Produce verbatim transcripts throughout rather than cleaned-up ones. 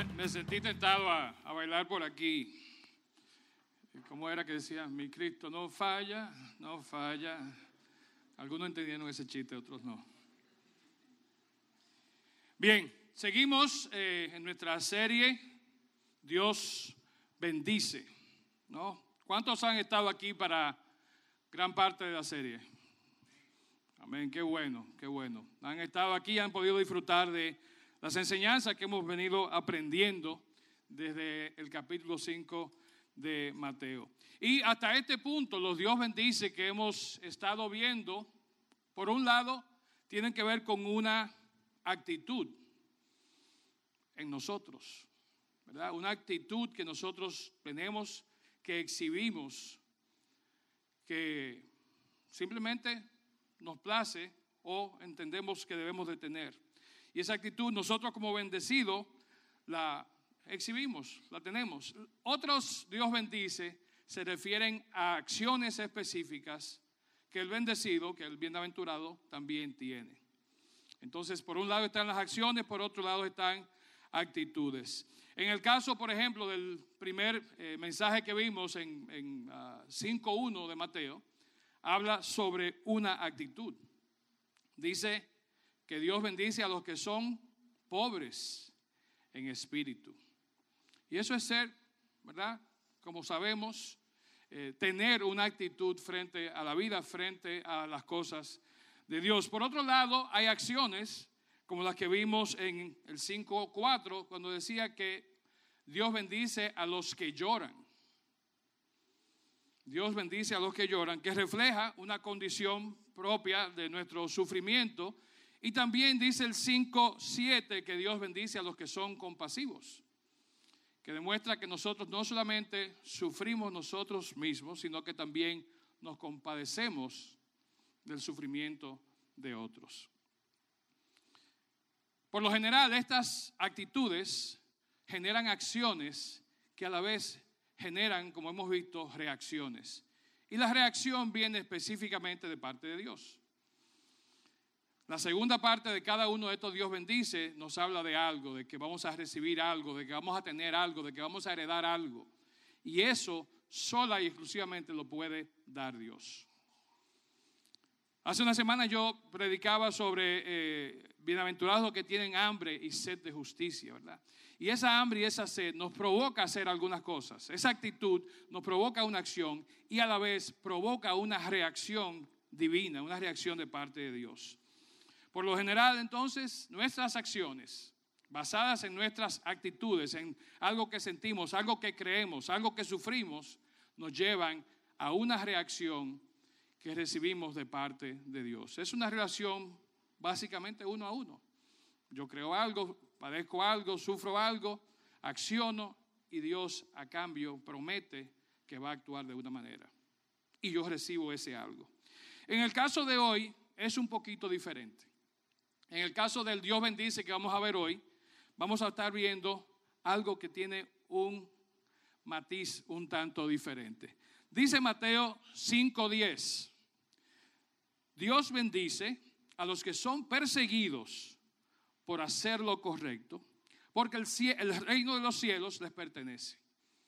Me sentí tentado a, a bailar por aquí. ¿Cómo era que decía? Mi Cristo no falla, no falla. Algunos entendieron ese chiste, otros no. Bien, seguimos eh, en nuestra serie Dios bendice, ¿no? ¿Cuántos han estado aquí para gran parte de la serie? Amén, qué bueno, qué bueno. Han estado aquí y han podido disfrutar de las enseñanzas que hemos venido aprendiendo desde el capítulo cinco de Mateo. Y hasta este punto, los Dios bendice que hemos estado viendo, por un lado, tienen que ver con una actitud en nosotros, ¿verdad? Una actitud que nosotros tenemos, que exhibimos, que simplemente nos place o entendemos que debemos de tener. Y esa actitud nosotros como bendecidos la exhibimos, la tenemos. Otros Dios bendice se refieren a acciones específicas que el bendecido, que el bienaventurado también tiene. Entonces, por un lado están las acciones, por otro lado están actitudes. En el caso, por ejemplo, del primer eh, mensaje que vimos en, en uh, cinco uno de Mateo, habla sobre una actitud. Dice que Dios bendice a los que son pobres en espíritu. Y eso es ser, ¿verdad? Como sabemos, eh, tener una actitud frente a la vida, frente a las cosas de Dios. Por otro lado, hay acciones como las que vimos en el cinco cuatro, cuando decía que Dios bendice a los que lloran. Dios bendice a los que lloran, que refleja una condición propia de nuestro sufrimiento. Y también dice el cinco siete que Dios bendice a los que son compasivos, que demuestra que nosotros no solamente sufrimos nosotros mismos, sino que también nos compadecemos del sufrimiento de otros. Por lo general, estas actitudes generan acciones que a la vez generan, como hemos visto, reacciones. Y la reacción viene específicamente de parte de Dios. La segunda parte de cada uno de estos Dios bendice nos habla de algo, de que vamos a recibir algo, de que vamos a tener algo, de que vamos a heredar algo. Y eso sola y exclusivamente lo puede dar Dios. Hace una semana yo predicaba sobre eh, bienaventurados los que tienen hambre y sed de justicia, ¿verdad? Y esa hambre y esa sed nos provoca hacer algunas cosas. Esa actitud nos provoca una acción y a la vez provoca una reacción divina, una reacción de parte de Dios. Por lo general, entonces, nuestras acciones, basadas en nuestras actitudes, en algo que sentimos, algo que creemos, algo que sufrimos, nos llevan a una reacción que recibimos de parte de Dios. Es una relación básicamente uno a uno. Yo creo algo, padezco algo, sufro algo, acciono y Dios a cambio promete que va a actuar de una manera. Y yo recibo ese algo. En el caso de hoy es un poquito diferente. En el caso del Dios bendice que vamos a ver hoy, vamos a estar viendo algo que tiene un matiz un tanto diferente. Dice Mateo cinco diez, Dios bendice a los que son perseguidos por hacer lo correcto, porque el, el reino de los cielos les pertenece.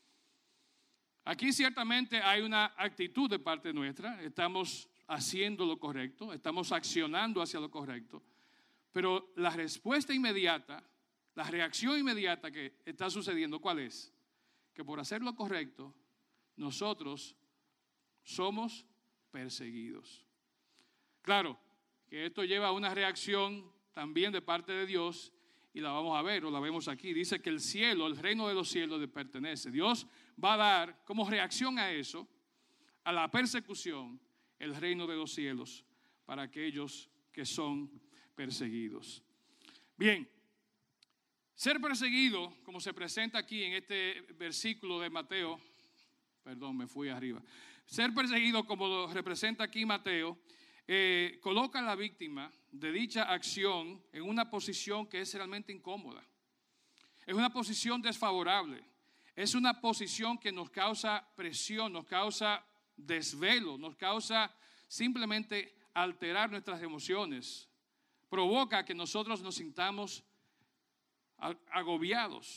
Aquí ciertamente hay una actitud de parte nuestra, estamos haciendo lo correcto, estamos accionando hacia lo correcto. Pero la respuesta inmediata, la reacción inmediata que está sucediendo, ¿cuál es? Que por hacer lo correcto, nosotros somos perseguidos. Claro, que esto lleva a una reacción también de parte de Dios y la vamos a ver, o la vemos aquí. Dice que el cielo, el reino de los cielos le pertenece. Dios va a dar como reacción a eso, a la persecución, el reino de los cielos para aquellos que son perseguidos. Bien, ser perseguido, como se presenta aquí en este versículo de Mateo, perdón, me fui arriba. Ser perseguido, como lo representa aquí Mateo, eh, coloca a la víctima de dicha acción en una posición que es realmente incómoda. Es una posición desfavorable. Es una posición que nos causa presión, nos causa desvelo, nos causa simplemente alterar nuestras emociones. Provoca que nosotros nos sintamos agobiados,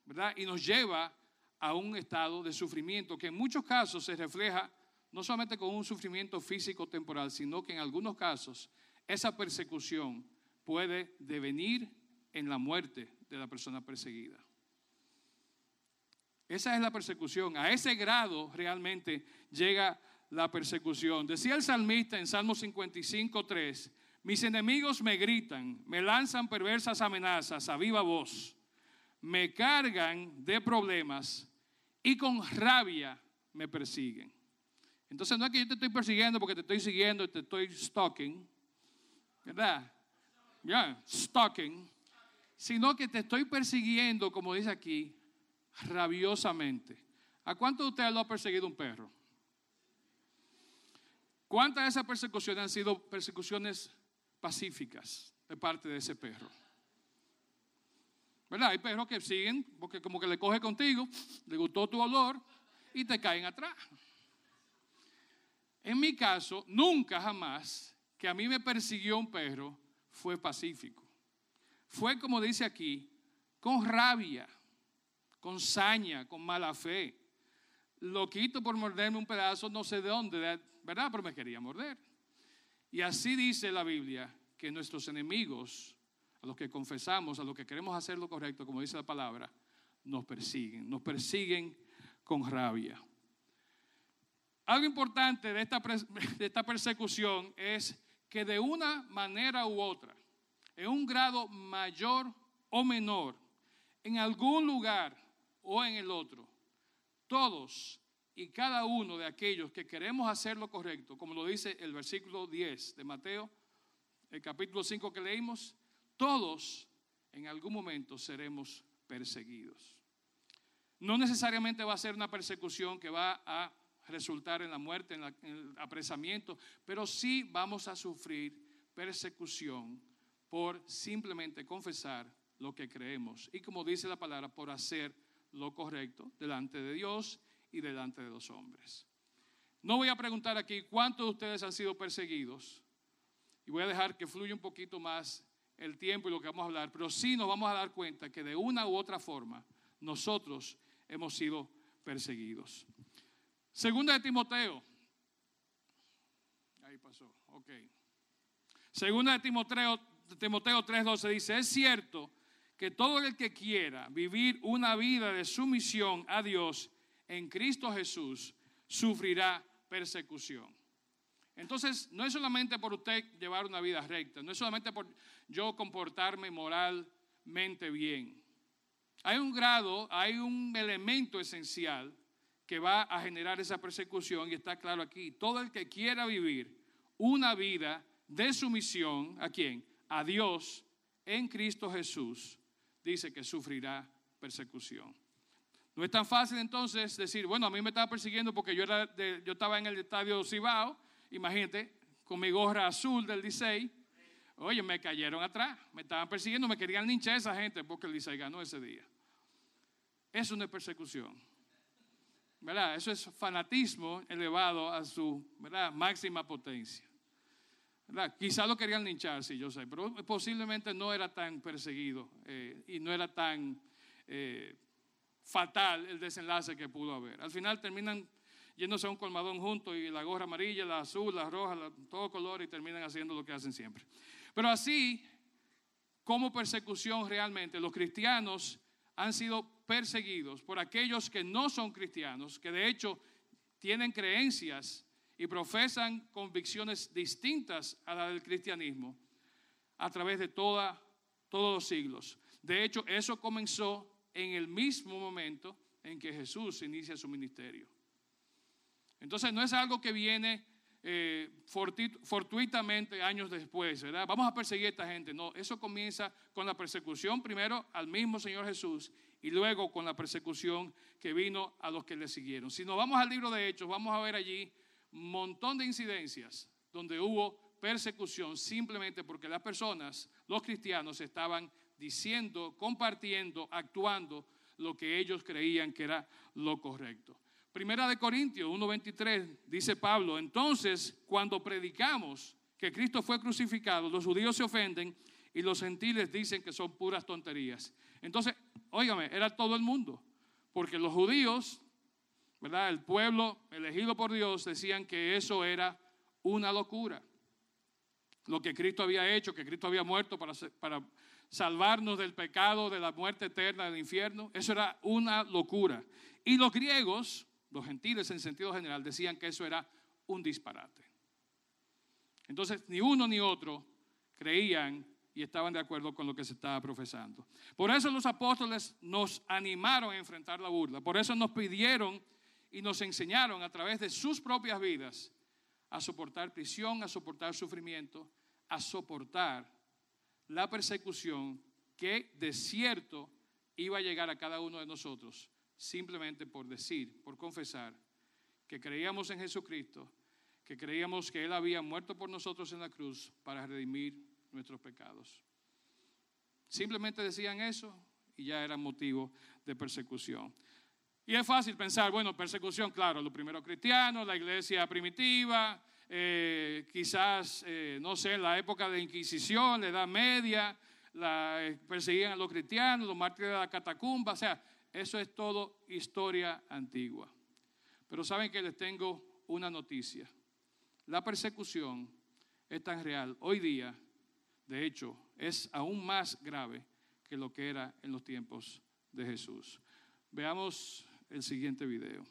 ¿verdad? Y nos lleva a un estado de sufrimiento que en muchos casos se refleja no solamente con un sufrimiento físico temporal, sino que en algunos casos esa persecución puede devenir en la muerte de la persona perseguida. Esa es la persecución. A ese grado realmente llega la persecución. Decía el salmista en Salmo cincuenta y cinco, tres, mis enemigos me gritan, me lanzan perversas amenazas a viva voz, me cargan de problemas y con rabia me persiguen. Entonces no es que yo te estoy persiguiendo porque te estoy siguiendo y te estoy stalking, ¿verdad? Ya, yeah, stalking, sino que te estoy persiguiendo, como dice aquí, rabiosamente. ¿A cuántos de ustedes lo ha perseguido un perro? ¿Cuántas de esas persecuciones han sido persecuciones pacíficas de parte de ese perro? ¿Verdad? Hay perros que siguen porque como que le coge contigo, le gustó tu olor y te caen atrás. En mi caso, nunca jamás que a mí me persiguió un perro fue pacífico. Fue, como dice aquí, con rabia, con saña, con mala fe. Loquito por morderme un pedazo, no sé de dónde, ¿verdad? Pero me quería morder. Y así dice la Biblia que nuestros enemigos, a los que confesamos, a los que queremos hacer lo correcto, como dice la palabra, nos persiguen, nos persiguen con rabia. Algo importante de esta, de esta persecución es que de una manera u otra, en un grado mayor o menor, en algún lugar o en el otro, todos y cada uno de aquellos que queremos hacer lo correcto, como lo dice el versículo diez de Mateo, el capítulo cinco que leímos, todos en algún momento seremos perseguidos. No necesariamente va a ser una persecución que va a resultar en la muerte, en, la, en el apresamiento, pero sí vamos a sufrir persecución por simplemente confesar lo que creemos y, como dice la palabra, por hacer lo correcto delante de Dios y delante de los hombres. No voy a preguntar aquí cuántos de ustedes han sido perseguidos y voy a dejar que fluya un poquito más el tiempo y lo que vamos a hablar, pero sí nos vamos a dar cuenta que de una u otra forma nosotros hemos sido perseguidos. Segunda de Timoteo. Ahí pasó, ok. Segunda de Timoteo, Timoteo tres doce dice, es cierto que todo el que quiera vivir una vida de sumisión a Dios en Cristo Jesús sufrirá persecución. Entonces, no es solamente por usted llevar una vida recta, no es solamente por yo comportarme moralmente bien. Hay un grado, hay un elemento esencial que va a generar esa persecución y está claro aquí. Todo el que quiera vivir una vida de sumisión, ¿a quién? A Dios en Cristo Jesús, dice que sufrirá persecución. No es tan fácil entonces decir, bueno, a mí me estaba persiguiendo porque yo, era de, yo estaba en el estadio Cibao, imagínate, con mi gorra azul del Licey. Oye, me cayeron atrás, me estaban persiguiendo, me querían linchar a esa gente porque el Licey ganó ese día. Eso no es persecución, ¿verdad? Eso es fanatismo elevado a su, ¿verdad?, máxima potencia, ¿verdad? Quizá lo querían linchar, sí, yo sé, pero posiblemente no era tan perseguido eh, y no era tan eh, fatal el desenlace que pudo haber. Al final terminan yéndose a un colmadón juntos y la gorra amarilla, la azul, la roja, la, todo color y terminan haciendo lo que hacen siempre. Pero así como persecución realmente, los cristianos han sido perseguidos por aquellos que no son cristianos, que de hecho tienen creencias y profesan convicciones distintas a las del cristianismo a través de toda, todos los siglos. De hecho, eso comenzó en el mismo momento en que Jesús inicia su ministerio. Entonces no es algo que viene eh, fortuitamente años después, ¿verdad? Vamos a perseguir a esta gente. No, eso comienza con la persecución primero al mismo Señor Jesús y luego con la persecución que vino a los que le siguieron. Si nos vamos al libro de Hechos, vamos a ver allí un montón de incidencias donde hubo persecución simplemente porque las personas, los cristianos, estaban diciendo, compartiendo, actuando lo que ellos creían que era lo correcto. Primera de Corintios uno veintitrés dice Pablo, entonces cuando predicamos que Cristo fue crucificado, los judíos se ofenden y los gentiles dicen que son puras tonterías. Entonces, óigame, era todo el mundo, porque los judíos, ¿verdad? El pueblo elegido por Dios decían que eso era una locura. Lo que Cristo había hecho, que Cristo había muerto para, para salvarnos del pecado, de la muerte eterna, del infierno, eso era una locura. Y los griegos, los gentiles en sentido general, decían que eso era un disparate. Entonces, ni uno ni otro creían y estaban de acuerdo con lo que se estaba profesando. Por eso los apóstoles nos animaron a enfrentar la burla. Por eso nos pidieron y nos enseñaron a través de sus propias vidas a soportar prisión, a soportar sufrimiento, a soportar la persecución que de cierto iba a llegar a cada uno de nosotros, simplemente por decir, por confesar que creíamos en Jesucristo, que creíamos que Él había muerto por nosotros en la cruz para redimir nuestros pecados. Simplemente decían eso y ya era motivo de persecución. Y es fácil pensar, bueno, persecución, claro, los primeros cristianos, la iglesia primitiva, eh, quizás, eh, no sé, en la época de Inquisición, la Edad Media, la, eh, perseguían a los cristianos, los mártires de la catacumba, o sea, eso es todo historia antigua. Pero saben que les tengo una noticia. La persecución es tan real hoy día, de hecho, es aún más grave que lo que era en los tiempos de Jesús. Veamos el siguiente video.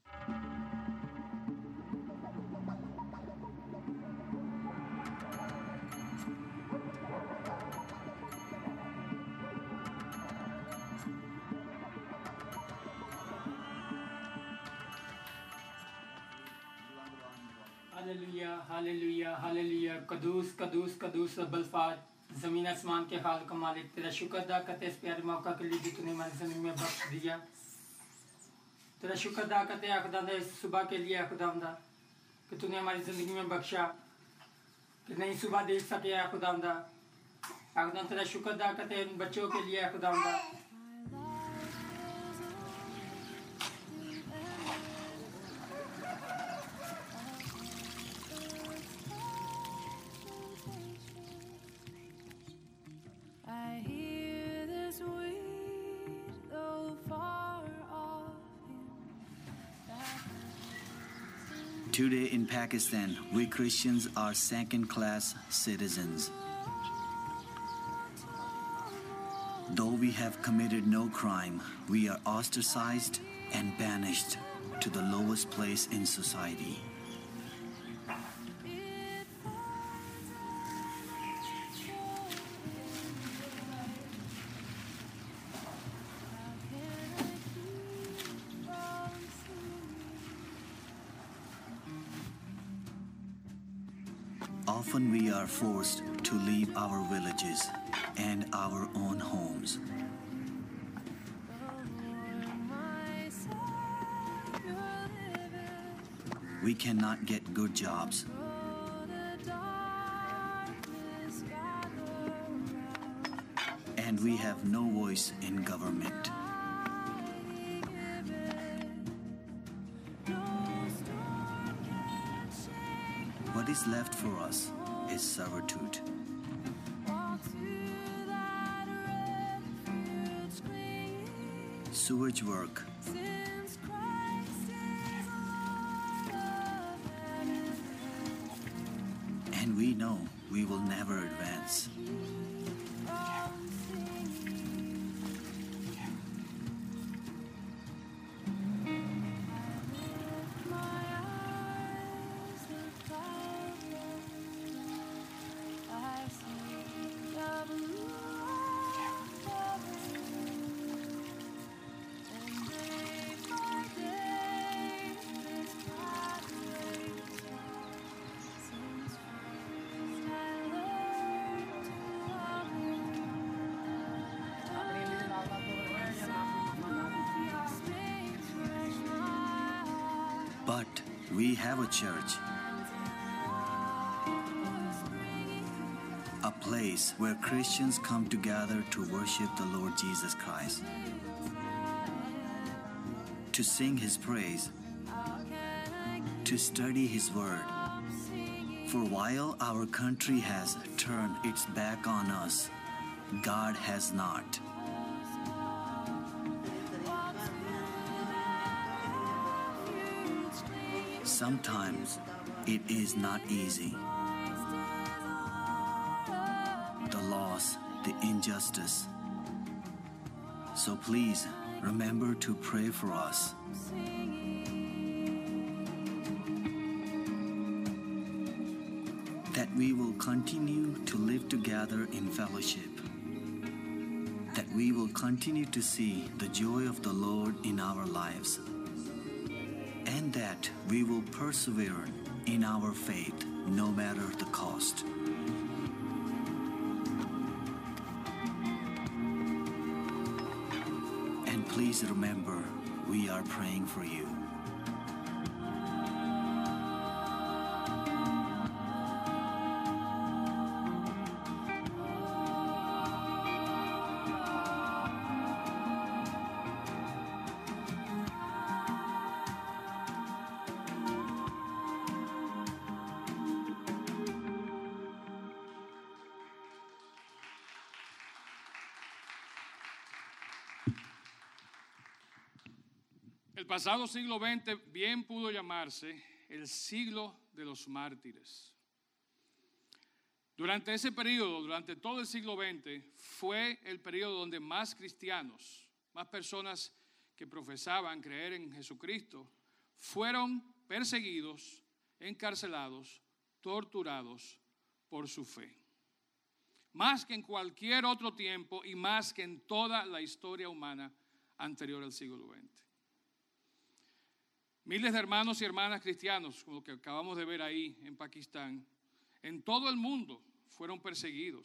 हालेलुया हालेलुया हालेलुया कदूस कदूस कदूस रब्बल-फाज ज़मीन आसमान के खालिक का मालिक तेरा शुक्र अदा करते इस प्यारे मौका के लिए जो तूने हमारी ज़िंदगी में बख्श दिया। तेरा शुक्र अदा करते हैं खुदावंद इस सुबह के लिए खुदावंद कि तूने हमारी ज़िंदगी में बख्शा कि नई सुबह देख सके खुदावंद। खुदावंद तेरा शुक्र अदा करते हैं उन बच्चों के लिए खुदावंद Today in Pakistan, we Christians are second-class citizens. Though we have committed no crime, we are ostracized and banished to the lowest place in society. Often we are forced to leave our villages and our own homes. We cannot get good jobs. And we have no voice in government. What is left for us is servitude. Sewage work, and we know we will never advance. But we have a church, a place where Christians come together to worship the Lord Jesus Christ, to sing His praise, to study His word. For while our country has turned its back on us, God has not. Sometimes it is not easy. The loss, the injustice. So please remember to pray for us. That we will continue to live together in fellowship. That we will continue to see the joy of the Lord in our lives. And that we will persevere in our faith no matter the cost. And please remember, we are praying for you. El pasado siglo veinte bien pudo llamarse el siglo de los mártires. Durante ese periodo, durante todo el siglo veinte, fue el periodo donde más cristianos, más personas que profesaban creer en Jesucristo, fueron perseguidos, encarcelados, torturados por su fe. Más que en cualquier otro tiempo y más que en toda la historia humana anterior al siglo veinte. Miles de hermanos y hermanas cristianos, como lo que acabamos de ver ahí en Pakistán, en todo el mundo fueron perseguidos.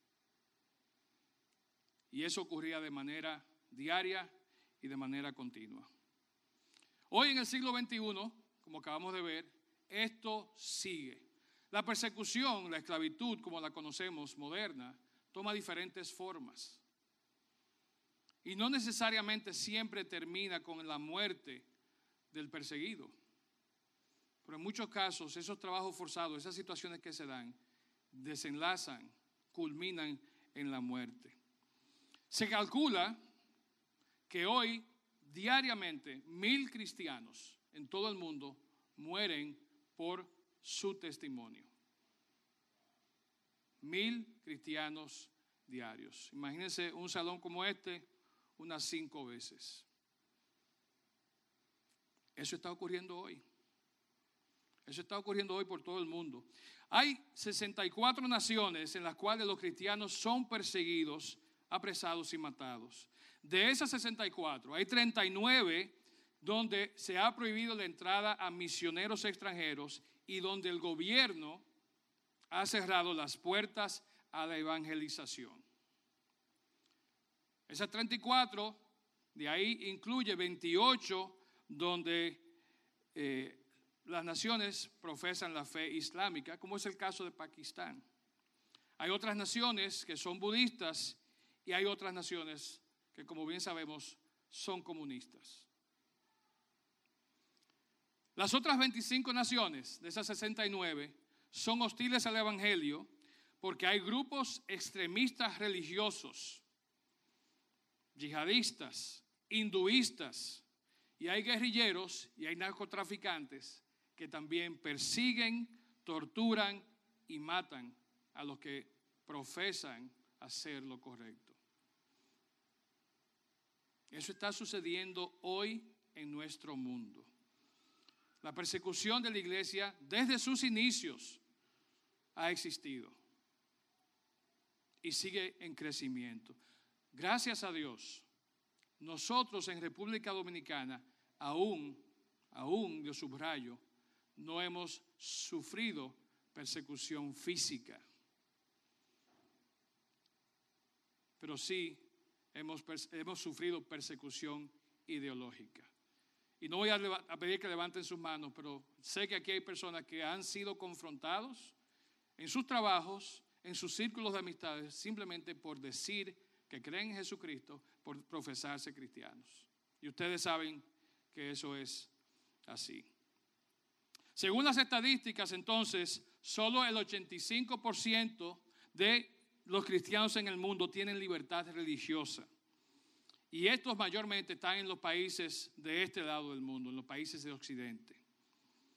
Y eso ocurría de manera diaria y de manera continua. Hoy en el siglo veintiuno, como acabamos de ver, esto sigue. La persecución, la esclavitud, como la conocemos, moderna, toma diferentes formas. Y no necesariamente siempre termina con la muerte del perseguido. Pero en muchos casos esos trabajos forzados, esas situaciones que se dan, desenlazan, culminan en la muerte. Se calcula que hoy diariamente mil cristianos en todo el mundo mueren por su testimonio. Mil cristianos diarios. Imagínense un salón como este unas cinco veces. Eso está ocurriendo hoy. Eso está ocurriendo hoy por todo el mundo. Hay sesenta y cuatro naciones en las cuales los cristianos son perseguidos, apresados y matados. De esas sesenta y cuatro, hay treinta y nueve donde se ha prohibido la entrada a misioneros extranjeros y donde el gobierno ha cerrado las puertas a la evangelización. Esas treinta y cuatro, de ahí incluye veintiocho donde eh, las naciones profesan la fe islámica, como es el caso de Pakistán. Hay otras naciones que son budistas y hay otras naciones que, como bien sabemos, son comunistas. Las otras veinticinco naciones de esas sesenta y nueve son hostiles al evangelio porque hay grupos extremistas religiosos, yihadistas, hinduistas, y hay guerrilleros y hay narcotraficantes que también persiguen, torturan y matan a los que profesan hacer lo correcto. Eso está sucediendo hoy en nuestro mundo. La persecución de la iglesia desde sus inicios ha existido y sigue en crecimiento. Gracias a Dios, nosotros en República Dominicana aún, aún, yo subrayo, no hemos sufrido persecución física. Pero sí hemos, hemos sufrido persecución ideológica. Y no voy a, a pedir que levanten sus manos, pero sé que aquí hay personas que han sido confrontados en sus trabajos, en sus círculos de amistades, simplemente por decir que creen en Jesucristo, por profesarse cristianos. Y ustedes saben que eso es así. Según las estadísticas, entonces, solo el ochenta y cinco por ciento de los cristianos en el mundo tienen libertad religiosa. Y estos mayormente están en los países de este lado del mundo, en los países de Occidente.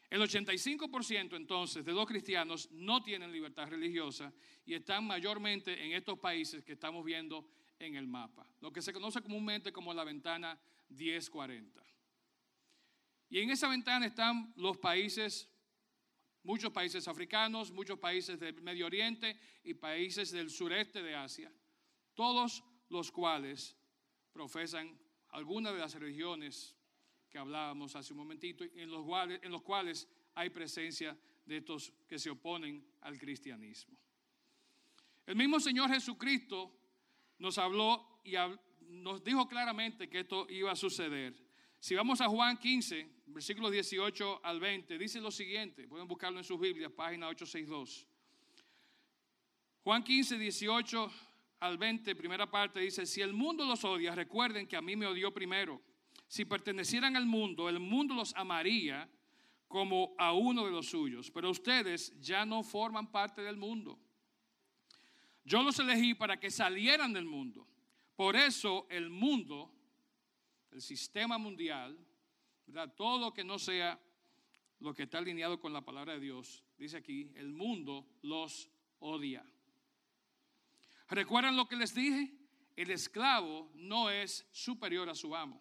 El ochenta y cinco por ciento entonces de los cristianos no tienen libertad religiosa y están mayormente en estos países que estamos viendo en el mapa, lo que se conoce comúnmente como la ventana diez cuarenta. Y en esa ventana están los países, muchos países africanos, muchos países del Medio Oriente y países del sureste de Asia, todos los cuales profesan alguna de las religiones que hablábamos hace un momentito, en los cuales, en los cuales hay presencia de estos que se oponen al cristianismo. El mismo Señor Jesucristo nos habló y hab- nos dijo claramente que esto iba a suceder. Si vamos a Juan quince, versículos dieciocho al veinte, dice lo siguiente, pueden buscarlo en sus Biblias, página ochocientos sesenta y dos. Juan quince, dieciocho al veinte, primera parte, dice: si el mundo los odia, recuerden que a mí me odió primero. Si pertenecieran al mundo, el mundo los amaría como a uno de los suyos. Pero ustedes ya no forman parte del mundo. Yo los elegí para que salieran del mundo. Por eso el mundo, el sistema mundial, ¿verdad?, todo lo que no sea lo que está alineado con la palabra de Dios, dice aquí, el mundo los odia. ¿Recuerdan lo que les dije? El esclavo no es superior a su amo.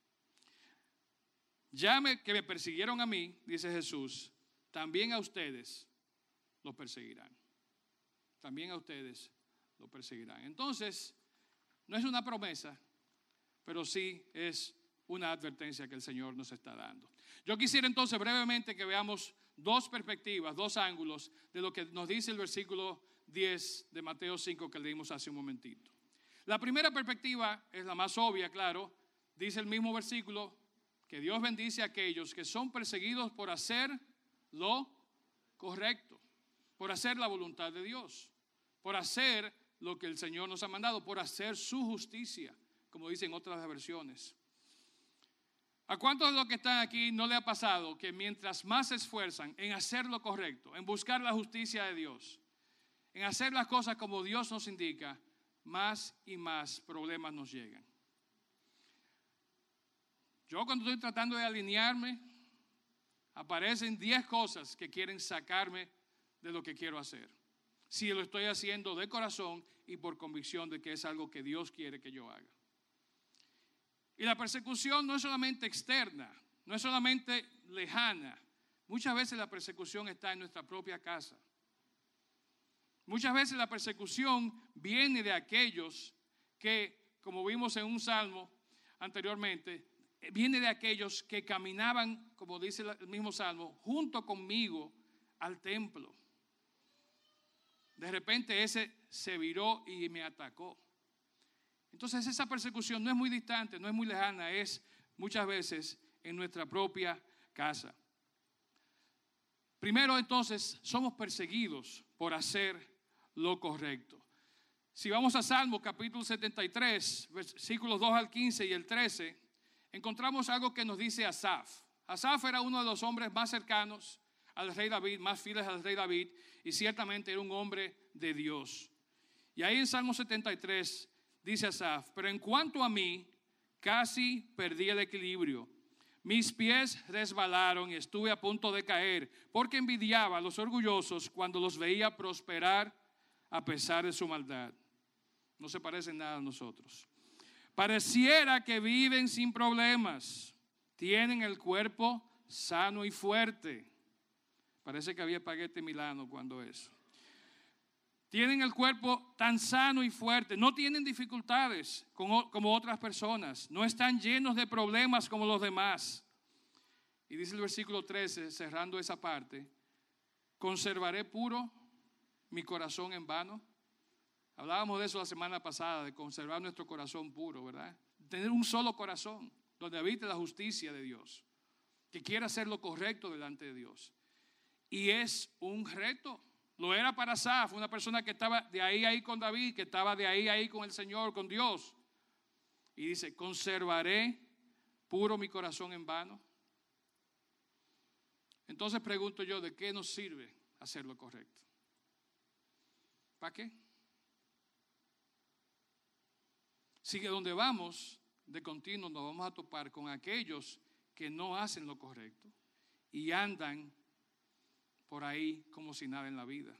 Ya me, que me persiguieron a mí, dice Jesús, también a ustedes los perseguirán. También a ustedes los perseguirán. Entonces, no es una promesa, pero sí es una advertencia que el Señor nos está dando. Yo quisiera entonces brevemente que veamos dos perspectivas, dos ángulos de lo que nos dice el versículo diez de Mateo cinco que leímos hace un momentito. La primera perspectiva es la más obvia, claro. Dice el mismo versículo que Dios bendice a aquellos que son perseguidos por hacer lo correcto, por hacer la voluntad de Dios, por hacer lo que el Señor nos ha mandado, por hacer su justicia, como dicen otras versiones. ¿A cuántos de los que están aquí no le ha pasado que mientras más se esfuerzan en hacer lo correcto, en buscar la justicia de Dios, en hacer las cosas como Dios nos indica, más y más problemas nos llegan? Yo cuando estoy tratando de alinearme, aparecen diez cosas que quieren sacarme de lo que quiero hacer. Si lo estoy haciendo de corazón y por convicción de que es algo que Dios quiere que yo haga. Y la persecución no es solamente externa, no es solamente lejana. Muchas veces la persecución está en nuestra propia casa. Muchas veces la persecución viene de aquellos que, como vimos en un salmo anteriormente, viene de aquellos que caminaban, como dice el mismo salmo, junto conmigo al templo. De repente ese se viró y me atacó. Entonces esa persecución no es muy distante, no es muy lejana, es muchas veces en nuestra propia casa. Primero entonces somos perseguidos por hacer lo correcto. Si vamos a Salmo capítulo setenta y tres, versículos dos al quince y el trece, encontramos algo que nos dice Asaf. Asaf era uno de los hombres más cercanos al rey David, más fieles al rey David, y ciertamente era un hombre de Dios. Y ahí en Salmo setenta y tres dice Asaf: pero en cuanto a mí, casi perdí el equilibrio. Mis pies resbalaron y estuve a punto de caer, porque envidiaba a los orgullosos cuando los veía prosperar a pesar de su maldad. No se parecen nada a nosotros. Pareciera que viven sin problemas. Tienen el cuerpo sano y fuerte. Parece que había espagueti Milano cuando eso. Tienen el cuerpo tan sano y fuerte. No tienen dificultades como, como otras personas. No están llenos de problemas como los demás. Y dice el versículo trece, cerrando esa parte: ¿conservaré puro mi corazón en vano? Hablábamos de eso la semana pasada, de conservar nuestro corazón puro, ¿verdad? Tener un solo corazón donde habite la justicia de Dios, que quiera hacer lo correcto delante de Dios. Y es un reto. Lo era para Asaf, una persona que estaba de ahí a ahí con David, que estaba de ahí a ahí con el Señor, con Dios. Y dice: ¿conservaré puro mi corazón en vano? Entonces pregunto yo, ¿de qué nos sirve hacer lo correcto? ¿Para qué? Si que donde vamos, de continuo nos vamos a topar con aquellos que no hacen lo correcto y andan por ahí como si nada en la vida.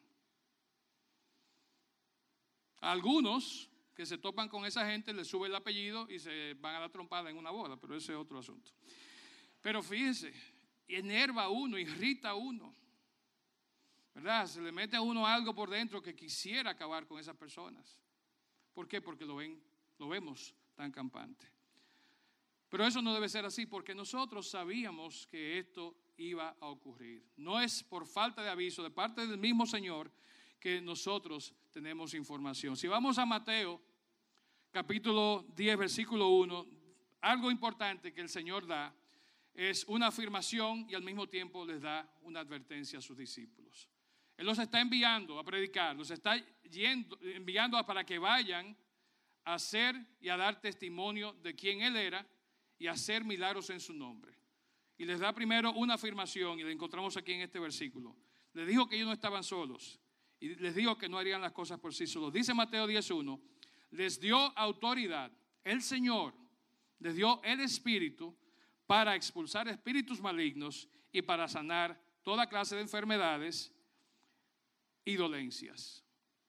A algunos que se topan con esa gente les sube el apellido y se van a la trompada en una boda, pero ese es otro asunto. Pero fíjense, enerva a uno, irrita a uno, ¿verdad? Se le mete a uno algo por dentro que quisiera acabar con esas personas. ¿Por qué? Porque lo ven, lo vemos tan campante. Pero eso no debe ser así, porque nosotros sabíamos que esto iba a ocurrir. No es por falta de aviso de parte del mismo Señor que nosotros tenemos información. Si vamos a Mateo, capítulo diez, versículo uno, algo importante que el Señor da es una afirmación y al mismo tiempo les da una advertencia a sus discípulos. Él los está enviando a predicar, los está yendo, enviando para que vayan a hacer y a dar testimonio de quién Él era y a hacer milagros en su nombre. Y les da primero una afirmación y la encontramos aquí en este versículo. Les dijo que ellos no estaban solos y les dijo que no harían las cosas por sí solos. Dice Mateo diez uno, les dio autoridad, el Señor les dio el Espíritu para expulsar espíritus malignos y para sanar toda clase de enfermedades y dolencias.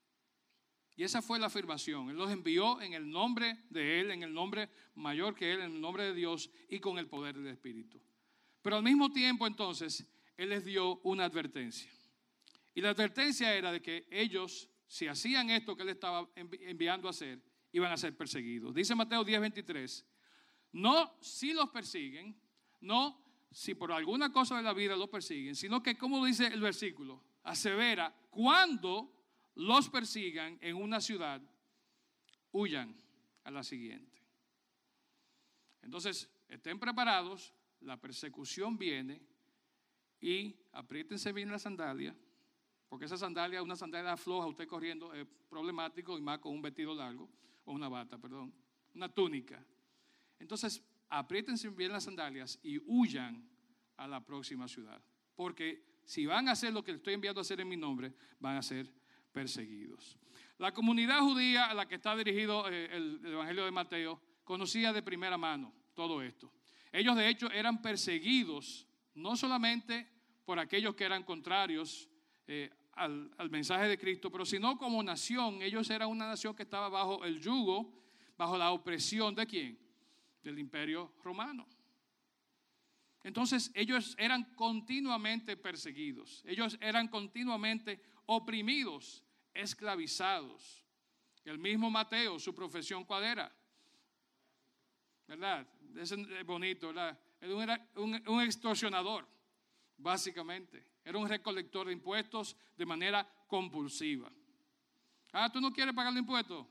Y esa fue la afirmación. Él los envió en el nombre de Él, en el nombre mayor que Él, en el nombre de Dios y con el poder del Espíritu. Pero al mismo tiempo entonces, Él les dio una advertencia. Y la advertencia era de que ellos, si hacían esto que Él estaba enviando a hacer, iban a ser perseguidos. Dice Mateo diez veintitrés, no si los persiguen, no si por alguna cosa de la vida los persiguen, sino que, como dice el versículo, asevera, cuando los persigan en una ciudad, huyan a la siguiente. Entonces, estén preparados, la persecución viene y apriétense bien la sandalia, porque esa sandalia, una sandalia floja, usted corriendo es problemático y más con un vestido largo, o una bata, perdón, una túnica. Entonces, apriétense bien las sandalias y huyan a la próxima ciudad, porque si van a hacer lo que estoy enviando a hacer en mi nombre, van a ser perseguidos. La comunidad judía a la que está dirigido eh, el, el Evangelio de Mateo conocía de primera mano todo esto. Ellos de hecho eran perseguidos no solamente por aquellos que eran contrarios eh, al, al mensaje de Cristo, pero sino como nación. Ellos eran una nación que estaba bajo el yugo, bajo la opresión ¿de quién? Del Imperio Romano. Entonces ellos eran continuamente perseguidos, ellos eran continuamente oprimidos, esclavizados. El mismo Mateo, su profesión ¿cuál era? ¿Verdad? Es bonito, ¿verdad? Era un, un extorsionador, básicamente. Era un recolector de impuestos de manera compulsiva. Ah, ¿tú no quieres pagar los impuestos?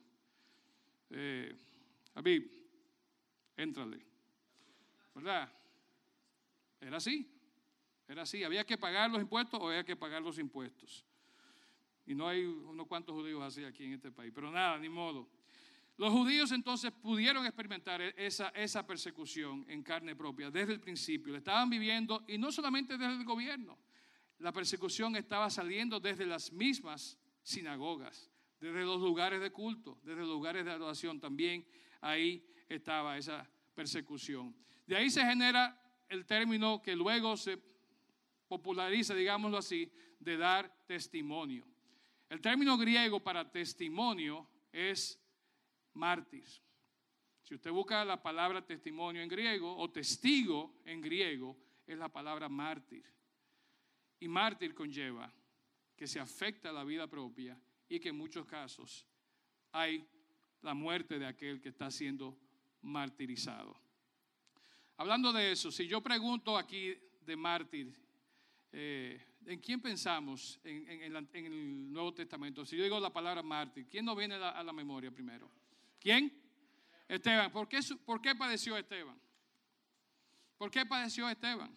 Eh, Habib, éntrale. ¿Verdad? Era así, era así. Había que pagar los impuestos o había que pagar los impuestos. Y no hay unos cuantos judíos así aquí en este país. Pero nada, ni modo. Los judíos entonces pudieron experimentar esa, esa persecución en carne propia desde el principio. La estaban viviendo y no solamente desde el gobierno. La persecución estaba saliendo desde las mismas sinagogas, desde los lugares de culto, desde los lugares de adoración. También ahí estaba esa persecución. De ahí se genera el término que luego se populariza, digámoslo así, de dar testimonio. El término griego para testimonio es mártir. Si usted busca la palabra testimonio en griego o testigo en griego, es la palabra mártir. Y mártir conlleva que se afecta la vida propia y que en muchos casos hay la muerte de aquel que está siendo martirizado. Hablando de eso, si yo pregunto aquí de mártir, eh, ¿en quién pensamos en, en, en, la, en el Nuevo Testamento? Si yo digo la palabra mártir, ¿quién nos viene a la, a la memoria primero? ¿Quién? Esteban. ¿Por qué, ¿Por qué padeció Esteban? ¿Por qué padeció Esteban?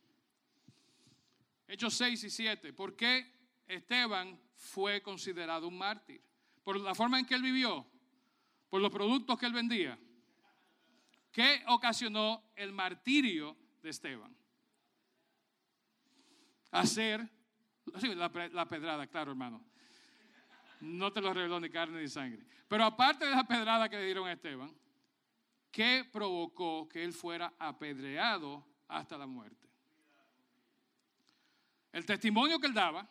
Hechos seis y siete. ¿Por qué Esteban fue considerado un mártir? ¿Por la forma en que él vivió? ¿Por los productos que él vendía? ¿Qué ocasionó el martirio de Esteban? Hacer sí, la, la pedrada, claro, hermano. No te lo reveló ni carne ni sangre. Pero aparte de la pedrada que le dieron a Esteban, ¿qué provocó que él fuera apedreado hasta la muerte? el testimonio que él daba,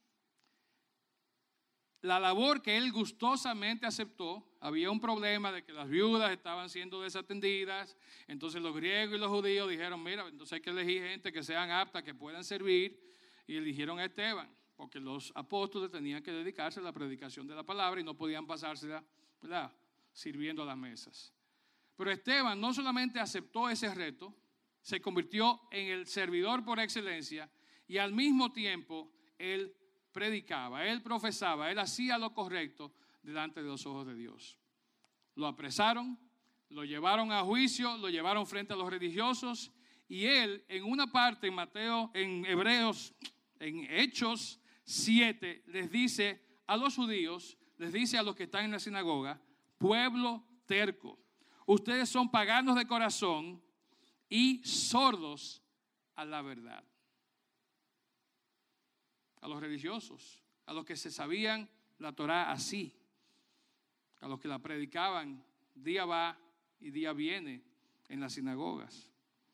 la labor que él gustosamente aceptó. Había un problema de que las viudas estaban siendo desatendidas. Entonces los griegos y los judíos dijeron, mira, entonces hay que elegir gente que sean aptas, que puedan servir. Y eligieron a Esteban, porque los apóstoles tenían que dedicarse a la predicación de la palabra y no podían pasársela, ¿verdad?, sirviendo a las mesas. Pero Esteban no solamente aceptó ese reto, se convirtió en el servidor por excelencia y al mismo tiempo él predicaba, él profesaba, él hacía lo correcto delante de los ojos de Dios. Lo apresaron, lo llevaron a juicio, lo llevaron frente a los religiosos y él en una parte en Mateo, en Hebreos, en Hechos siete, les dice a los judíos, les dice a los que están en la sinagoga, pueblo terco, ustedes son paganos de corazón y sordos a la verdad. A los religiosos, a los que se sabían la Torá así, a los que la predicaban, día va y día viene en las sinagogas.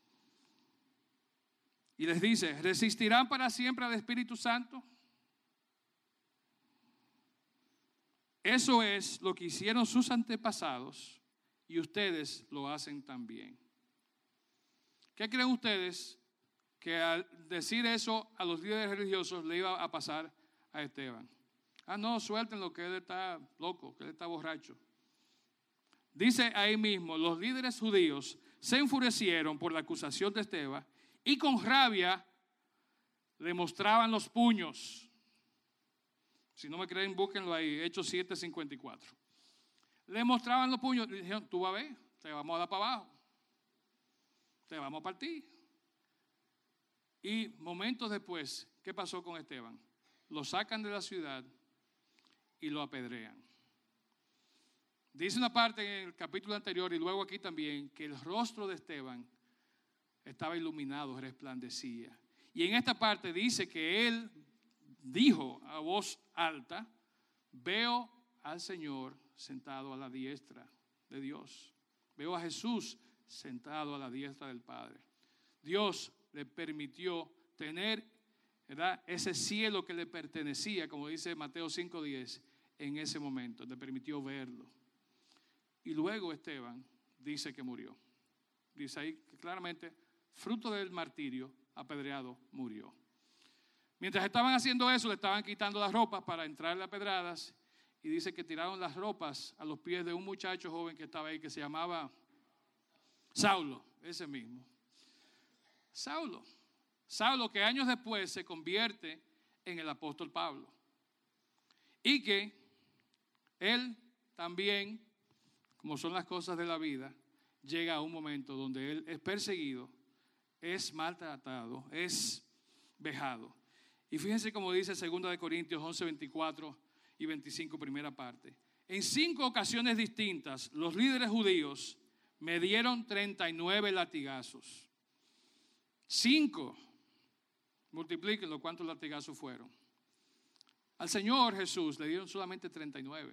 Y les dice, ¿resistirán para siempre al Espíritu Santo? Eso es lo que hicieron sus antepasados y ustedes lo hacen también. ¿Qué creen ustedes que al decir eso a los líderes religiosos le iba a pasar a Esteban? Ah, no, suéltenlo, que él está loco, que él está borracho. Dice ahí mismo, los líderes judíos se enfurecieron por la acusación de Esteban y con rabia le mostraban los puños. Si no me creen, búsquenlo ahí, Hechos siete cincuenta y cuatro. Le mostraban los puños y le dijeron, tú vas a ver, te vamos a dar para abajo, te vamos a partir. Y momentos después, ¿qué pasó con Esteban? Lo sacan de la ciudad y lo apedrean. Dice una parte en el capítulo anterior y luego aquí también que el rostro de Esteban estaba iluminado, resplandecía. Y en esta parte dice que él dijo a voz alta, veo al Señor sentado a la diestra de Dios. Veo a Jesús sentado a la diestra del Padre. Dios le permitió tener, ¿verdad?, ese cielo que le pertenecía, como dice Mateo cinco diez, en ese momento. Le permitió verlo. Y luego Esteban dice que murió. Dice ahí que claramente, fruto del martirio, apedreado, murió. Mientras estaban haciendo eso, le estaban quitando las ropas para entrarle a pedradas. Y dice que tiraron las ropas a los pies de un muchacho joven que estaba ahí, que se llamaba Saulo, ese mismo. Saulo, Saulo que años después se convierte en el apóstol Pablo. Y que él también, como son las cosas de la vida, llega a un momento donde él es perseguido, es maltratado, es vejado. Y fíjense cómo dice segunda de Corintios once, veinticuatro y veinticinco, primera parte. En cinco ocasiones distintas, los líderes judíos me dieron treinta y nueve latigazos. Cinco. Multiplíquenlo, ¿cuántos latigazos fueron? Al Señor Jesús le dieron solamente treinta y nueve.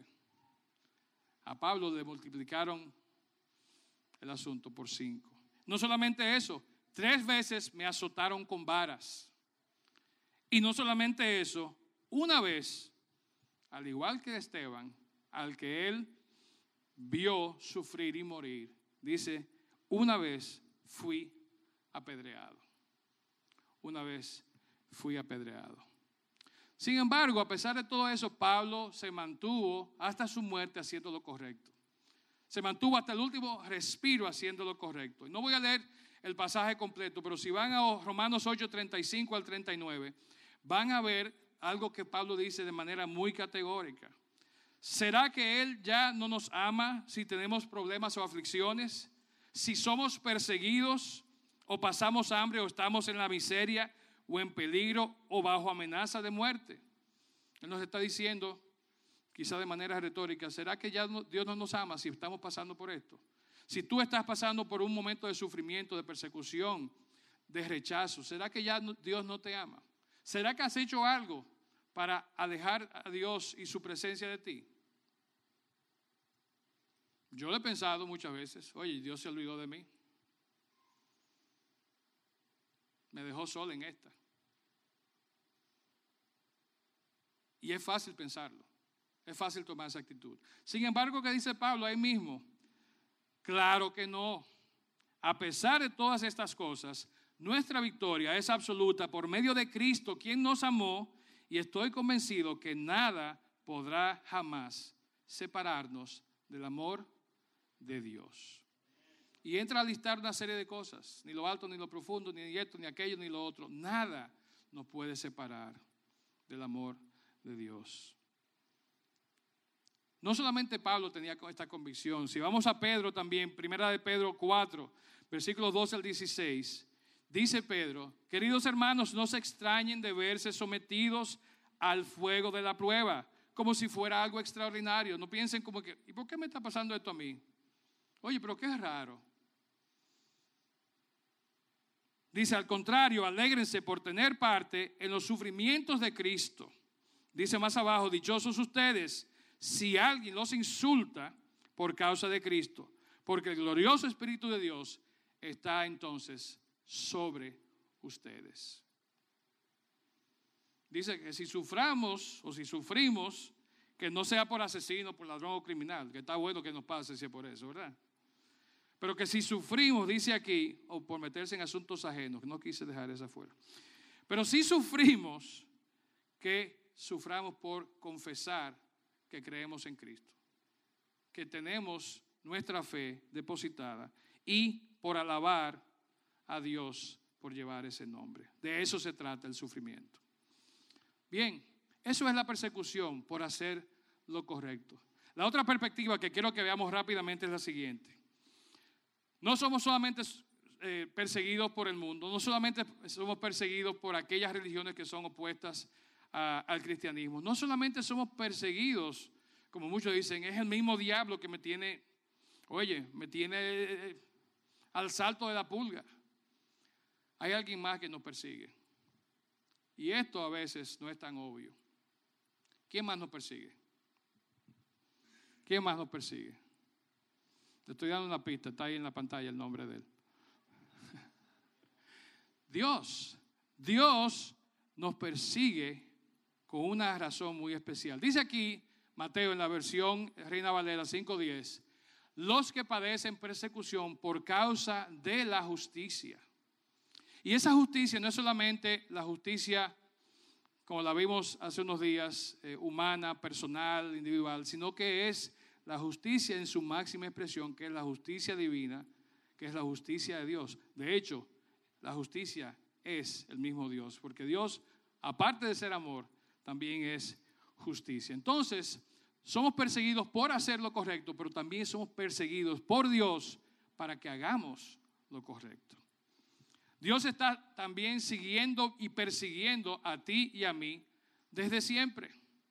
A Pablo le multiplicaron el asunto por cinco. No solamente eso, tres veces me azotaron con varas. Y no solamente eso, una vez, al igual que Esteban, al que él vio sufrir y morir, dice, una vez fui apedreado. Una vez fui apedreado. Sin embargo, a pesar de todo eso, Pablo se mantuvo hasta su muerte haciendo lo correcto. Se mantuvo hasta el último respiro haciendo lo correcto. Y no voy a leer el pasaje completo, pero si van a Romanos ocho, treinta y cinco al treinta y nueve, van a ver algo que Pablo dice de manera muy categórica. ¿Será que Él ya no nos ama si tenemos problemas o aflicciones? Si somos perseguidos o pasamos hambre o estamos en la miseria o en peligro o bajo amenaza de muerte. Él nos está diciendo, quizá de manera retórica, ¿será que ya no, Dios no nos ama si estamos pasando por esto? Si tú estás pasando por un momento de sufrimiento, de persecución, de rechazo, ¿será que ya no, Dios no te ama? ¿Será que has hecho algo para alejar a Dios y su presencia de ti? Yo lo he pensado muchas veces, oye, Dios se olvidó de mí. Me dejó sola en esta. Y es fácil pensarlo. Es fácil tomar esa actitud. Sin embargo, ¿qué dice Pablo ahí mismo? Claro que no. A pesar de todas estas cosas, nuestra victoria es absoluta por medio de Cristo, quien nos amó, y estoy convencido que nada podrá jamás separarnos del amor de Dios. Y entra a listar una serie de cosas, ni lo alto, ni lo profundo, ni esto, ni aquello, ni lo otro. Nada nos puede separar del amor de Dios. No solamente Pablo tenía esta convicción. Si vamos a Pedro también, primera de Pedro cuatro, versículos doce al dieciséis, dice Pedro: queridos hermanos, no se extrañen de verse sometidos al fuego de la prueba, como si fuera algo extraordinario. No piensen como que, ¿y por qué me está pasando esto a mí? Oye, pero qué raro. Dice, al contrario, alégrense por tener parte en los sufrimientos de Cristo. Dice más abajo, dichosos ustedes si alguien los insulta por causa de Cristo, porque el glorioso Espíritu de Dios está entonces sobre ustedes. Dice que si suframos o si sufrimos, que no sea por asesino, por ladrón o criminal, que está bueno que nos pase si es por eso, ¿verdad? Pero que si sufrimos, dice aquí, o por meterse en asuntos ajenos, que no quise dejar esa fuera. Pero si sufrimos, que suframos por confesar que creemos en Cristo, que tenemos nuestra fe depositada y por alabar a Dios por llevar ese nombre. De eso se trata el sufrimiento. Bien, eso es la persecución por hacer lo correcto. La otra perspectiva que quiero que veamos rápidamente es la siguiente. No somos solamente eh, perseguidos por el mundo, no solamente somos perseguidos por aquellas religiones que son opuestas a, al cristianismo, no solamente somos perseguidos, como muchos dicen, es el mismo diablo que me tiene, oye, me tiene eh, al salto de la pulga. Hay alguien más que nos persigue. Y esto a veces no es tan obvio. ¿Quién más nos persigue? ¿Quién más nos persigue? Le estoy dando una pista, está ahí en la pantalla el nombre de él. Dios, Dios nos persigue con una razón muy especial. Dice aquí, Mateo, en la versión Reina Valera cinco diez, los que padecen persecución por causa de la justicia. Y esa justicia no es solamente la justicia, como la vimos hace unos días, eh, humana, personal, individual, sino que es la justicia en su máxima expresión, que es la justicia divina, que es la justicia de Dios. De hecho, la justicia es el mismo Dios, porque Dios, aparte de ser amor, también es justicia. Entonces, somos perseguidos por hacer lo correcto, pero también somos perseguidos por Dios para que hagamos lo correcto. Dios está también siguiendo y persiguiendo a ti y a mí desde siempre.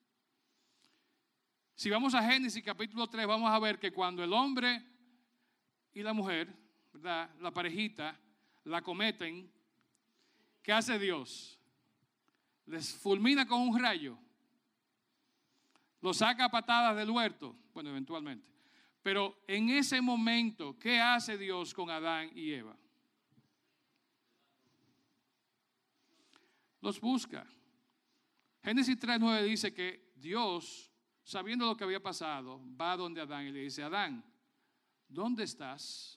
Si vamos a Génesis capítulo tres, vamos a ver que cuando el hombre y la mujer, ¿verdad?, la parejita, la cometen, ¿qué hace Dios? Les fulmina con un rayo. Los saca a patadas del huerto, bueno, eventualmente. Pero en ese momento, ¿qué hace Dios con Adán y Eva? Los busca. Génesis tres nueve dice que Dios, sabiendo lo que había pasado, va donde Adán y le dice, Adán, ¿dónde estás?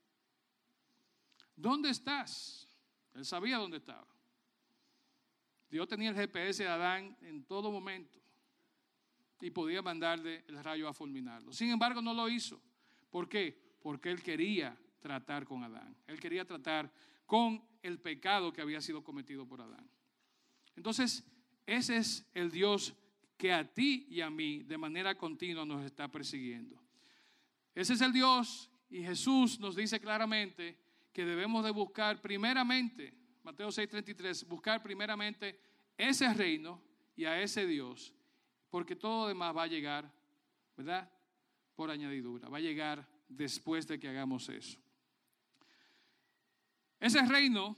¿Dónde estás? Él sabía dónde estaba. Dios tenía el G P S de Adán en todo momento y podía mandarle el rayo a fulminarlo. Sin embargo, no lo hizo. ¿Por qué? Porque él quería tratar con Adán. Él quería tratar con el pecado que había sido cometido por Adán. Entonces, ese es el Dios que a ti y a mí de manera continua nos está persiguiendo. Ese es el Dios, y Jesús nos dice claramente que debemos de buscar primeramente, Mateo seis treinta y tres, buscar primeramente ese reino y a ese Dios, porque todo lo demás va a llegar, ¿verdad?, por añadidura, va a llegar después de que hagamos eso. Ese reino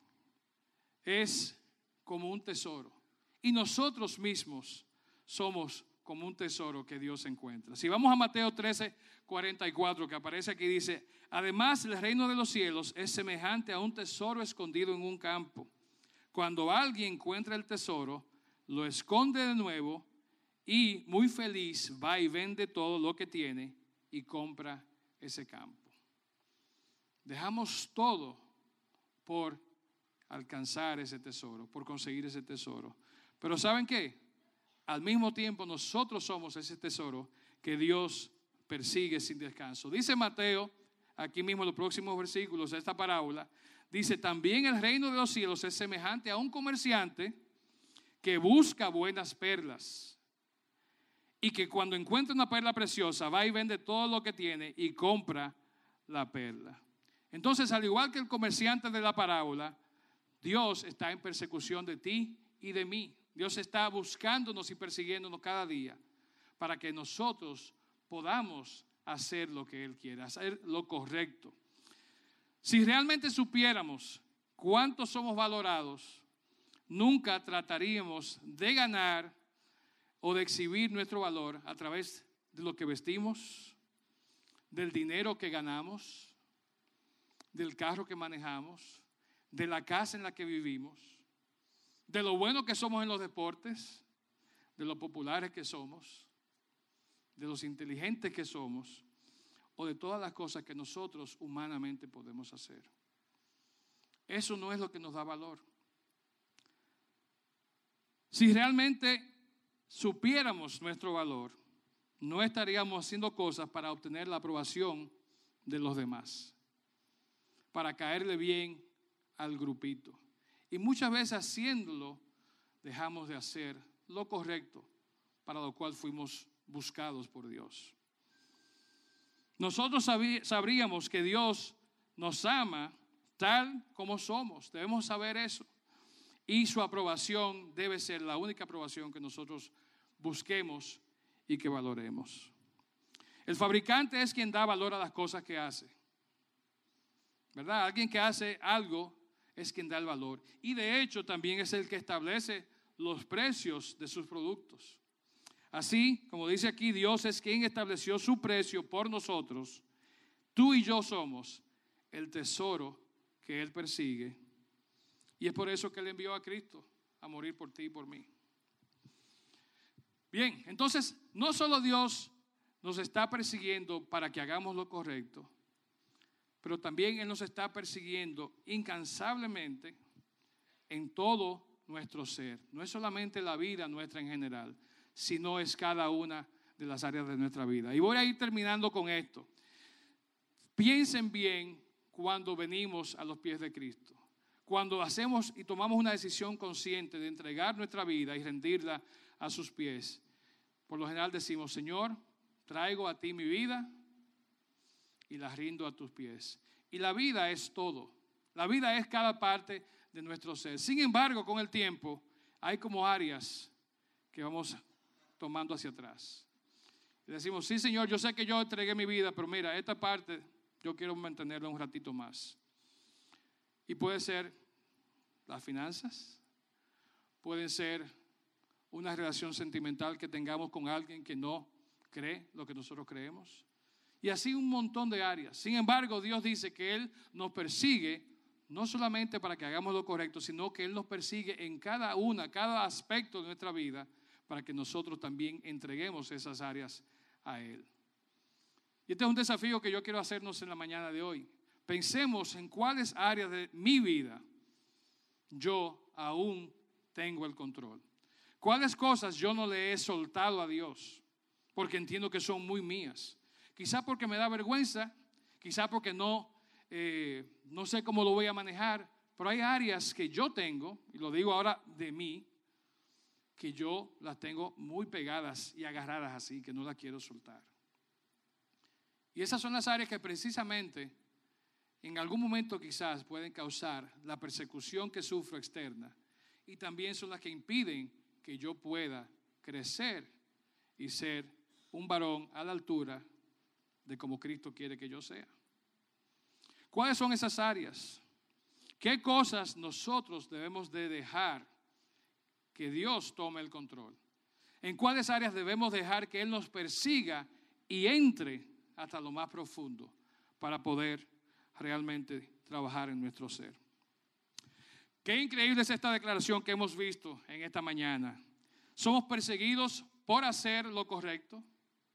es como un tesoro, y nosotros mismos somos como un tesoro que Dios encuentra. Si vamos a Mateo trece cuarenta y cuatro, que aparece aquí, dice, además el reino de los cielos es semejante a un tesoro escondido en un campo. Cuando alguien encuentra el tesoro, lo esconde de nuevo y muy feliz va y vende todo lo que tiene y compra ese campo. Dejamos todo por alcanzar ese tesoro, por conseguir ese tesoro. Pero ¿saben qué? Al mismo tiempo nosotros somos ese tesoro que Dios persigue sin descanso. Dice Mateo, aquí mismo en los próximos versículos de esta parábola, dice, también el reino de los cielos es semejante a un comerciante que busca buenas perlas y que cuando encuentra una perla preciosa va y vende todo lo que tiene y compra la perla. Entonces, al igual que el comerciante de la parábola, Dios está en persecución de ti y de mí. Dios está buscándonos y persiguiéndonos cada día para que nosotros podamos hacer lo que Él quiere, hacer lo correcto. Si realmente supiéramos cuánto somos valorados, nunca trataríamos de ganar o de exhibir nuestro valor a través de lo que vestimos, del dinero que ganamos, del carro que manejamos, de la casa en la que vivimos, de lo bueno que somos en los deportes, de lo populares que somos, de los inteligentes que somos, o de todas las cosas que nosotros humanamente podemos hacer. Eso no es lo que nos da valor. Si realmente supiéramos nuestro valor, no estaríamos haciendo cosas para obtener la aprobación de los demás, para caerle bien al grupito. Y muchas veces haciéndolo, dejamos de hacer lo correcto para lo cual fuimos buscados por Dios. Nosotros sabríamos que Dios nos ama tal como somos. Debemos saber eso. Y su aprobación debe ser la única aprobación que nosotros busquemos y que valoremos. El fabricante es quien da valor a las cosas que hace, ¿verdad? Alguien que hace algo es quien da el valor. Y de hecho también es el que establece los precios de sus productos. Así, como dice aquí, Dios es quien estableció su precio por nosotros. Tú y yo somos el tesoro que Él persigue. Y es por eso que Él envió a Cristo a morir por ti y por mí. Bien, entonces, no solo Dios nos está persiguiendo para que hagamos lo correcto, pero también Él nos está persiguiendo incansablemente en todo nuestro ser. No es solamente la vida nuestra en general, sino es cada una de las áreas de nuestra vida. Y voy a ir terminando con esto. Piensen bien cuando venimos a los pies de Cristo. Cuando hacemos y tomamos una decisión consciente de entregar nuestra vida y rendirla a sus pies. Por lo general decimos, Señor, traigo a ti mi vida y la rindo a tus pies. Y la vida es todo. La vida es cada parte de nuestro ser. Sin embargo, con el tiempo, hay como áreas que vamos tomando hacia atrás. Y decimos, sí, Señor, yo sé que yo entregué mi vida, pero mira, esta parte yo quiero mantenerla un ratito más. Y puede ser las finanzas, pueden ser una relación sentimental que tengamos con alguien que no cree lo que nosotros creemos. Y así un montón de áreas. Sin embargo, Dios dice que Él nos persigue no solamente para que hagamos lo correcto, sino que Él nos persigue en cada una, cada aspecto de nuestra vida, para que nosotros también entreguemos esas áreas a Él. Y este es un desafío que yo quiero hacernos en la mañana de hoy. Pensemos en cuáles áreas de mi vida yo aún tengo el control. Cuáles cosas yo no le he soltado a Dios, porque entiendo que son muy mías. Quizá porque me da vergüenza, quizá porque no, eh, no sé cómo lo voy a manejar, pero hay áreas que yo tengo, y lo digo ahora de mí, que yo las tengo muy pegadas y agarradas así, que no las quiero soltar. Y esas son las áreas que precisamente en algún momento quizás pueden causar la persecución que sufro externa, y también son las que impiden que yo pueda crecer y ser un varón a la altura de como Cristo quiere que yo sea. ¿Cuáles son esas áreas? ¿Qué cosas nosotros debemos de dejar que Dios tome el control? ¿En cuáles áreas debemos dejar que Él nos persiga y entre hasta lo más profundo para poder realmente trabajar en nuestro ser? Qué increíble es esta declaración que hemos visto en esta mañana. Somos perseguidos por hacer lo correcto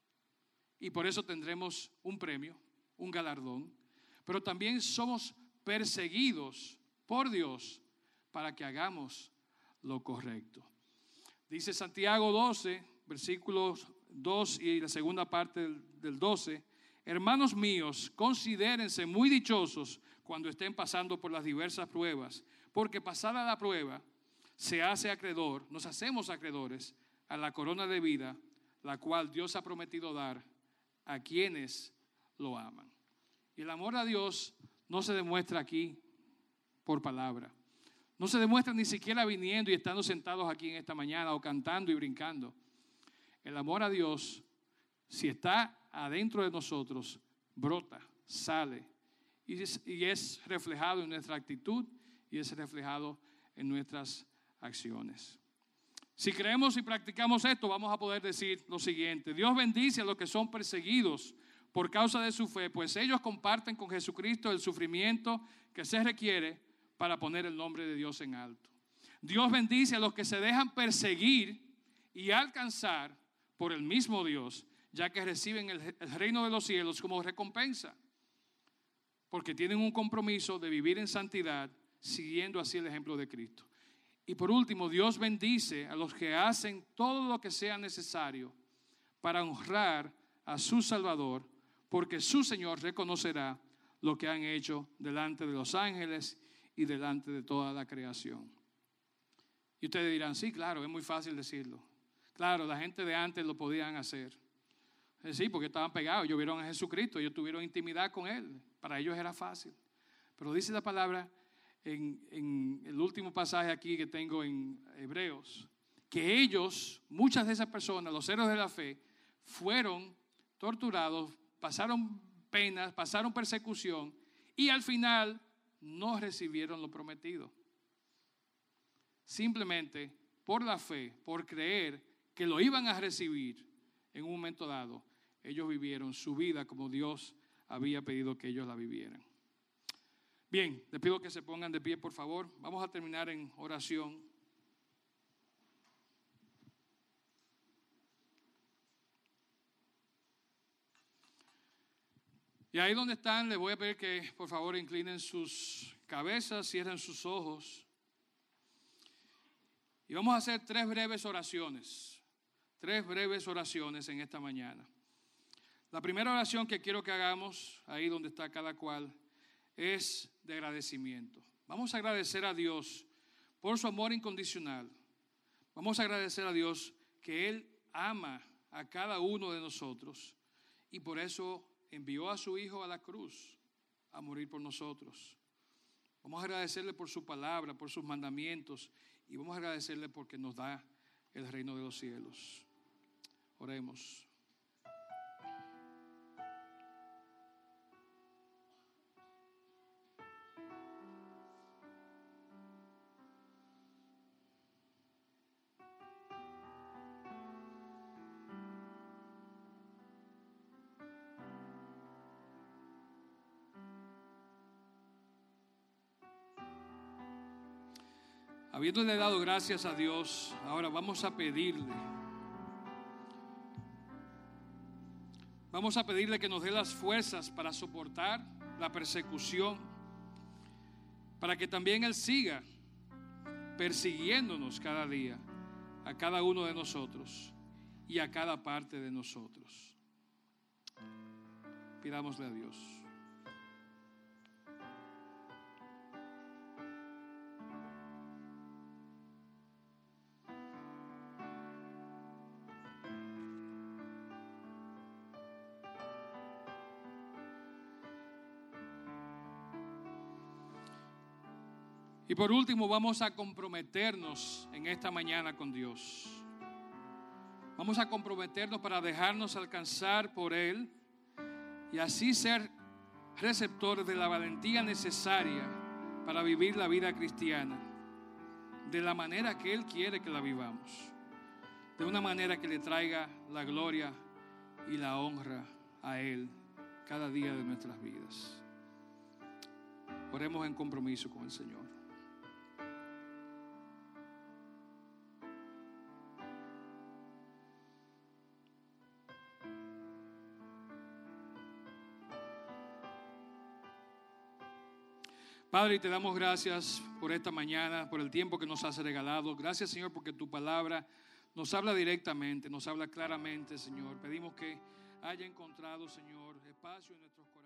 y por eso tendremos un premio, un galardón. Pero también somos perseguidos por Dios para que hagamos lo correcto. Dice Santiago doce, versículos dos y la segunda parte del, del doce. Hermanos míos, considérense muy dichosos cuando estén pasando por las diversas pruebas, porque pasada la prueba se hace acreedor, nos hacemos acreedores a la corona de vida, la cual Dios ha prometido dar a quienes lo aman. Y el amor a Dios no se demuestra aquí por palabra. No se demuestra ni siquiera viniendo y estando sentados aquí en esta mañana o cantando y brincando. El amor a Dios, si está adentro de nosotros, brota, sale y es, y es reflejado en nuestra actitud y es reflejado en nuestras acciones. Si creemos y practicamos esto, vamos a poder decir lo siguiente: Dios bendice a los que son perseguidos por causa de su fe, pues ellos comparten con Jesucristo el sufrimiento que se requiere para poner el nombre de Dios en alto. Dios bendice a los que se dejan perseguir y alcanzar por el mismo Dios, ya que reciben el, el reino de los cielos como recompensa, porque tienen un compromiso de vivir en santidad, siguiendo así el ejemplo de Cristo. Y por último, Dios bendice a los que hacen todo lo que sea necesario para honrar a su Salvador, porque su Señor reconocerá lo que han hecho delante de los ángeles y delante de toda la creación. Y ustedes dirán, sí, claro, es muy fácil decirlo. Claro, la gente de antes lo podían hacer. Sí, porque estaban pegados, ellos vieron a Jesucristo, ellos tuvieron intimidad con Él. Para ellos era fácil. Pero dice la palabra en, en el último pasaje aquí que tengo en Hebreos, que ellos, muchas de esas personas, los héroes de la fe, fueron torturados, pasaron penas, pasaron persecución y al final no recibieron lo prometido. Simplemente por la fe, por creer que lo iban a recibir en un momento dado, ellos vivieron su vida como Dios había pedido que ellos la vivieran. Bien, les pido que se pongan de pie, por favor. Vamos a terminar en oración. Y ahí donde están, les voy a pedir que por favor inclinen sus cabezas, cierren sus ojos. Y vamos a hacer tres breves oraciones. Tres breves oraciones en esta mañana. La primera oración que quiero que hagamos, ahí donde está cada cual, es de agradecimiento. Vamos a agradecer a Dios por su amor incondicional. Vamos a agradecer a Dios que Él ama a cada uno de nosotros y por eso envió a su Hijo a la cruz a morir por nosotros. Vamos a agradecerle por su palabra, por sus mandamientos y vamos a agradecerle porque nos da el reino de los cielos. Oremos. Habiéndole dado gracias a Dios, ahora vamos a pedirle. Vamos a pedirle que nos dé las fuerzas para soportar la persecución, para que también Él siga persiguiéndonos cada día, a cada uno de nosotros y a cada parte de nosotros. Pidámosle a Dios. Y por último, vamos a comprometernos en esta mañana con Dios. Vamos a comprometernos para dejarnos alcanzar por Él y así ser receptores de la valentía necesaria para vivir la vida cristiana de la manera que Él quiere que la vivamos, de una manera que le traiga la gloria y la honra a Él cada día de nuestras vidas. Oremos en compromiso con el Señor. Padre, y te damos gracias por esta mañana, por el tiempo que nos has regalado. Gracias, Señor, porque tu palabra nos habla directamente, nos habla claramente, Señor. Pedimos que haya encontrado, Señor, espacio en nuestros corazones.